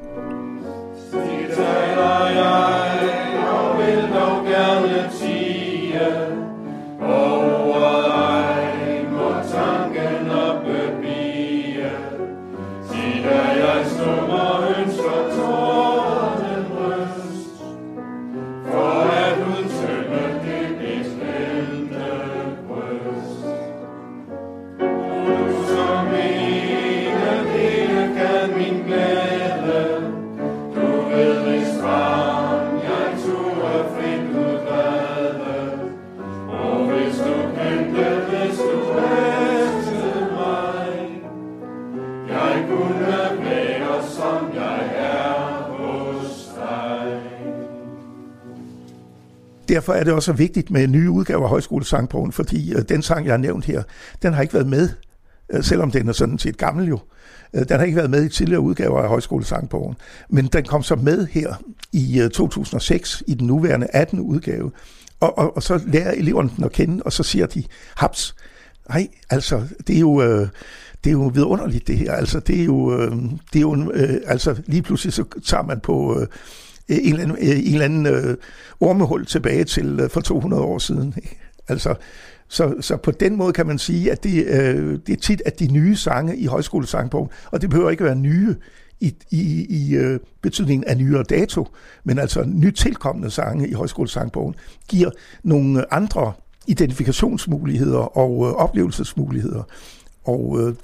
Derfor er det også vigtigt med en ny udgave af Højskolesangbogen, fordi den sang, jeg har nævnt her, den har ikke været med, selvom den er sådan set gammel jo. Den har ikke været med i tidligere udgaver af Højskolesangbogen, men den kom så med her i 2006 i den nuværende 18. udgave. Og så lærer eleverne den at kende, og så siger de, haps, nej, altså, det er jo vidunderligt det her. Altså, det er jo altså, lige pludselig så tager man på en eller anden ormehul tilbage til for 200 år siden. Ikke? Altså, så på den måde kan man sige, at det er tit, at de nye sange i Højskolesangbogen, og det behøver ikke være nye i betydningen af nyere dato, men altså nytilkommende sange i Højskolesangbogen, giver nogle andre identifikationsmuligheder og oplevelsesmuligheder. Og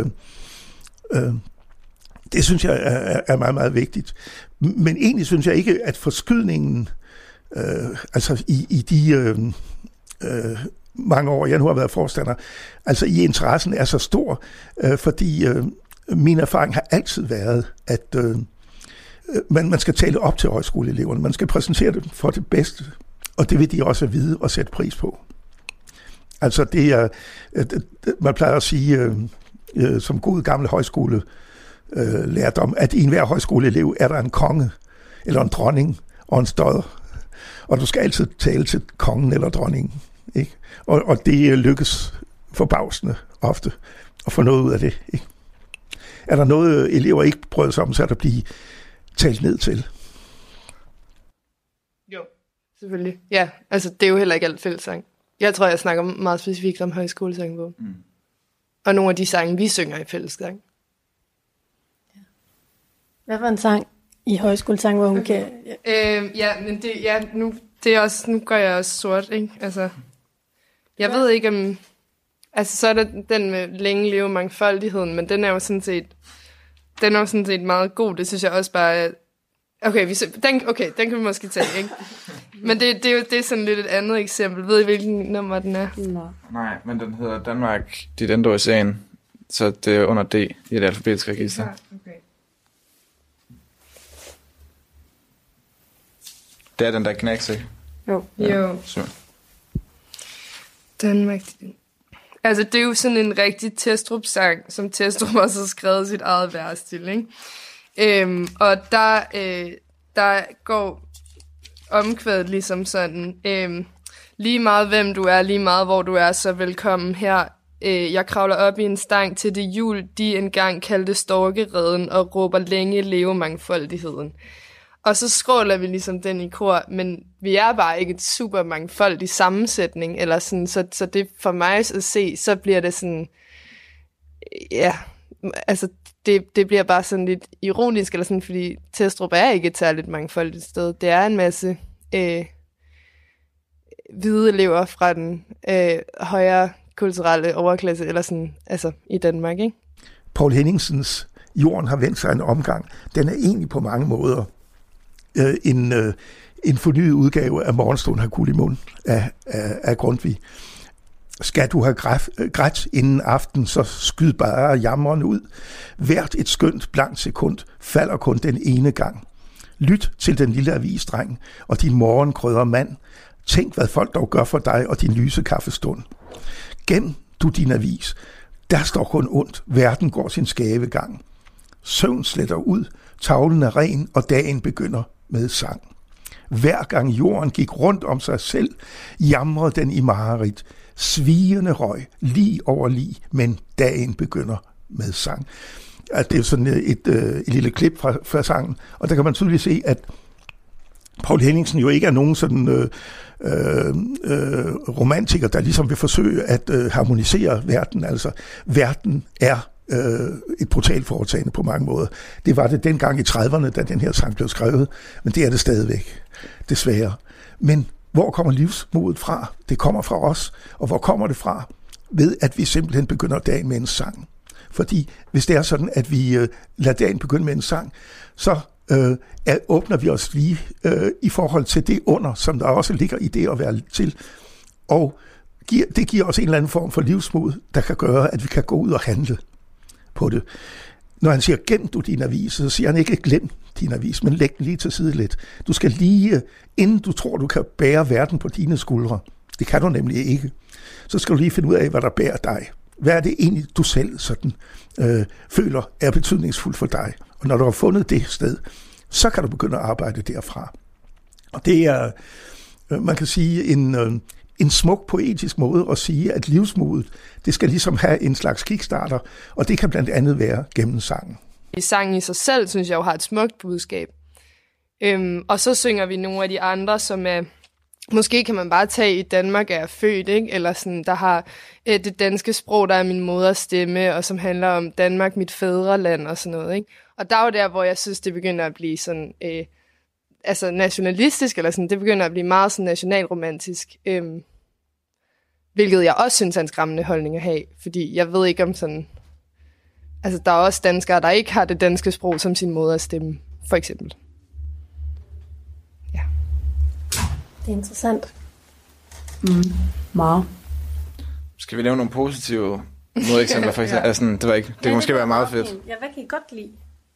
det synes jeg er meget, meget vigtigt. Men egentlig synes jeg ikke, at forskydningen, altså i de mange år, jeg nu har været forstander, altså i interessen er så stor, fordi min erfaring har altid været, at man skal tale op til højskoleeleverne, man skal præsentere dem for det bedste, og det vil de også vide og sætte pris på. Altså det er, man plejer at sige, som god gammel højskole lærdom, at i enhver højskoleelev er der en konge, eller en dronning, og en stodder. Og du skal altid tale til kongen eller dronningen. Ikke? Og det lykkes forbavsende ofte at få noget ud af det. Ikke? Er der noget, elever ikke prøver sig om, så er der blive talt ned til? Jo, selvfølgelig. Ja, altså det er jo heller ikke alt fællessang. Jeg tror, jeg snakker meget specifikt om højskolesangbogen. Mm. Og nogle af de sange, vi synger i fællessang. Hvad var en sang i Højskolesangbogen? Okay. Men det er også, nu går jeg også sort, ikke? Altså, jeg ved ikke om, altså så er der den med længe leve mangfoldigheden, men den er jo sådan set meget god. Det synes jeg også bare, den kan vi måske tage, ikke? Men det er sådan lidt et andet eksempel. Ved I, hvilken nummer den er? Nej, men den hedder Danmark, dit endo i sagen. Så det er under D i et alfabetisk register. Ja, okay. Det er den der knæks, ikke? Jo. Så. Danmark. Altså, det er jo sådan en rigtig Testrup-sang, som Testrup også har skrevet sit eget vers til, ikke? Og der går omkvædet ligesom sådan, lige meget hvem du er, lige meget hvor du er, så velkommen her. jeg kravler op i en stang til det jul, de engang kaldte storkereden, og råber længe leve mangfoldigheden. Og så skråler vi ligesom den i kor, men vi er bare ikke et super mangfoldig sammensætning, eller sådan, så det for mig at se, så bliver det sådan, ja, altså det bliver bare sådan lidt ironisk, eller sådan, fordi Testrup er ikke et særligt mangfoldigt sted. Det er en masse hvide elever fra den højere kulturelle overklasse, eller sådan, altså i Danmark, ikke? Poul Henningsens Jorden har vendt sig en omgang. Den er egentlig på mange måder en fornyet udgave af Morgenstund har kul i mund af Grundtvig. Skal du have grædt inden aften, så skyd bare jammeren ud. Hvert et skønt blankt sekund falder kun den ene gang. Lyt til den lille avisdreng og din morgenkrødder mand. Tænk, hvad folk dog gør for dig og din lyse kaffestund. Gem du din avis. Der står kun ondt. Verden går sin skæve gang. Søvn sletter ud. Tavlen er ren, og dagen begynder med sang. Hver gang jorden gik rundt om sig selv, jamrede den i mareridt. Svigende røg, lige over lige, men dagen begynder med sang. Altså, det er sådan et lille klip fra sangen, og der kan man tydeligt se, at Poul Henningsen jo ikke er nogen sådan romantiker, der ligesom vil forsøge at harmonisere verden. Altså, verden er et brutalt foretagende på mange måder. Det var det dengang i 30'erne, da den her sang blev skrevet, men det er det stadigvæk, desværre. Men hvor kommer livsmodet fra? Det kommer fra os. Og hvor kommer det fra? Ved at vi simpelthen begynder dagen med en sang. Fordi hvis det er sådan, at vi lader dagen begynde med en sang, så åbner vi os lige i forhold til det under, som der også ligger i det at være til. Og det giver os en eller anden form for livsmod, der kan gøre, at vi kan gå ud og handle på det. Når han siger, gem du din avis, så siger han ikke, glem din avis, men læg den lige til side lidt. Du skal lige, inden du tror, du kan bære verden på dine skuldre, det kan du nemlig ikke, så skal du lige finde ud af, hvad der bærer dig. Hvad er det egentlig, du selv sådan, føler er betydningsfuldt for dig? Og når du har fundet det sted, så kan du begynde at arbejde derfra. Og det er, man kan sige, en smuk poetisk måde at sige, at livsmodet, det skal ligesom have en slags kickstarter, og det kan blandt andet være gennem sangen. Sangen i sig selv, synes jeg jo har et smukt budskab. Og så synger vi nogle af de andre, som er, måske kan man bare tage i Danmark er født, ikke? Eller sådan, der har det danske sprog, der er min moders stemme, og som handler om Danmark, mit fædreland og sådan noget, ikke? Og der er jo der, hvor jeg synes, det begynder at blive sådan, altså nationalistisk, eller sådan, det begynder at blive meget sådan nationalromantisk, hvilket jeg også synes er en skræmmende holdning at have, fordi jeg ved ikke om sådan, altså der er også danskere, der ikke har det danske sprog som sin moders stemme, for eksempel. Ja. Det er interessant. Meget. Skal vi lave nogle positive modeksempler for eksempel? Altså, det var ikke. Det kan måske være meget fedt. Ja, hvad kan I godt lide?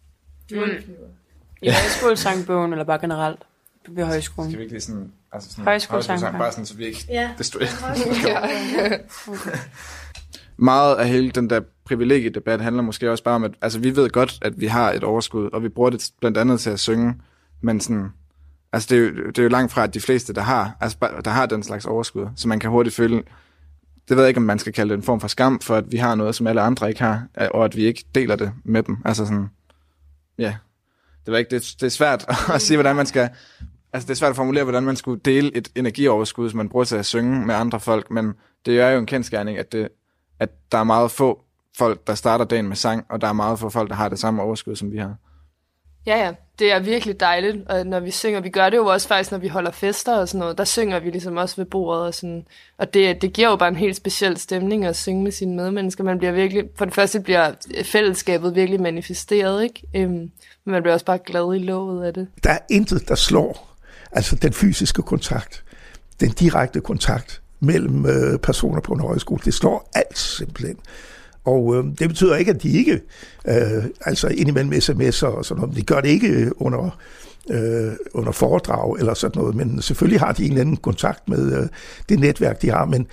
I højskolesangbogen, eller bare generelt ved højskolen? Skal vi ikke lige sådan, altså sådan højskolesang, bare sådan, så vi ikke destruerer. Okay. Meget af hele den der privilegiedebat handler måske også bare om, at altså, vi ved godt, at vi har et overskud, og vi bruger det blandt andet til at synge, men sådan, altså, det er jo langt fra, at de fleste, der har den slags overskud, så man kan hurtigt føle, det ved jeg ikke, om man skal kalde det en form for skam, for at vi har noget, som alle andre ikke har, og at vi ikke deler det med dem. Altså sådan, ja, det er svært at sige, hvordan man skal, altså det er svært at formulere, hvordan man skulle dele et energioverskud, som man bruger til at synge med andre folk, men det er jo en kendsgerning, at der er meget få folk, der starter dagen med sang, og der er meget få folk, der har det samme overskud, som vi har. Ja, det er virkelig dejligt, og når vi synger, vi gør det jo også faktisk, når vi holder fester og sådan noget, der synger vi ligesom også ved bordet og sådan, og det giver jo bare en helt speciel stemning at synge med sine medmennesker. Man bliver virkelig, for det første bliver fællesskabet virkelig manifesteret, ikke? Men man bliver også bare glad i låget af det. Der er intet, der slår, altså den fysiske kontakt, den direkte kontakt mellem personer på en højskole, det slår alt simpelthen. Og det betyder ikke, at de ikke, altså indimellem sms'er og sådan noget, de gør det ikke under foredrag eller sådan noget, men selvfølgelig har de en eller anden kontakt med det netværk, de har, men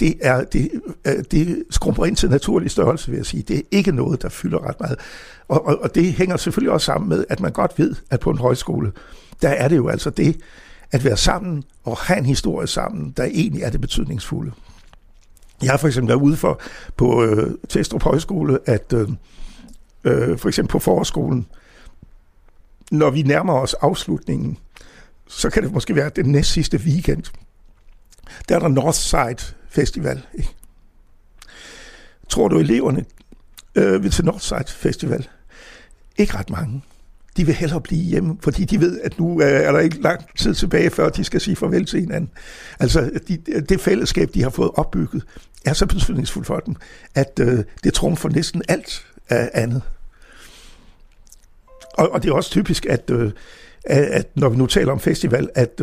det skrumper ind til naturlig størrelse, vil jeg sige. Det er ikke noget, der fylder ret meget. Og det hænger selvfølgelig også sammen med, at man godt ved, at på en højskole, der er det jo altså det, at være sammen og have en historie sammen, der egentlig er det betydningsfulde. Jeg har for eksempel været ude på Testrup Højskole, at for eksempel på forårsskolen, når vi nærmer os afslutningen, så kan det måske være den næstsidste weekend. Der er der Northside Festival. Ikke? Tror du, eleverne vil til Northside Festival? Ikke ret mange. De vil hellere blive hjemme, fordi de ved, at nu er der ikke lang tid tilbage, før de skal sige farvel til hinanden. Altså, det fællesskab, de har fået opbygget, er så betydningsfuldt for dem, at det trumfer næsten alt andet. Og det er også typisk, at når vi nu taler om festival, at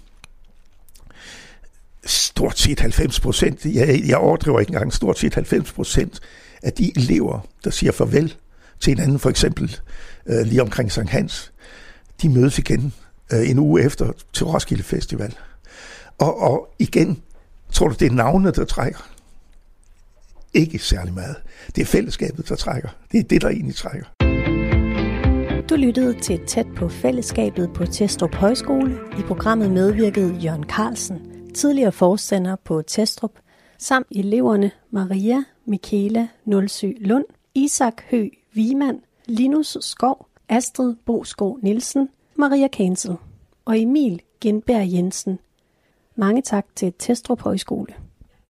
stort set 90%, jeg overdriver ikke engang, stort set 90% af de elever, der siger farvel til hinanden, for eksempel lige omkring Sankt Hans, de mødes igen en uge efter til Roskilde Festival. Og igen, tror du, det er navnene, der trækker? Ikke særlig meget. Det er fællesskabet, der trækker. Det er det, der egentlig trækker. Du lyttede til Tæt på fællesskabet på Testrup Højskole. I programmet medvirkede Jørgen Carlsen, tidligere forstander på Testrup, samt eleverne Maria Michaela Nulsø Lund, Isak Høgh Wiemann, Linus Skov, Astrid Boskov Nielsen, Maria Kansel og Emil Genberg Jensen. Mange tak til Testrup Højskole.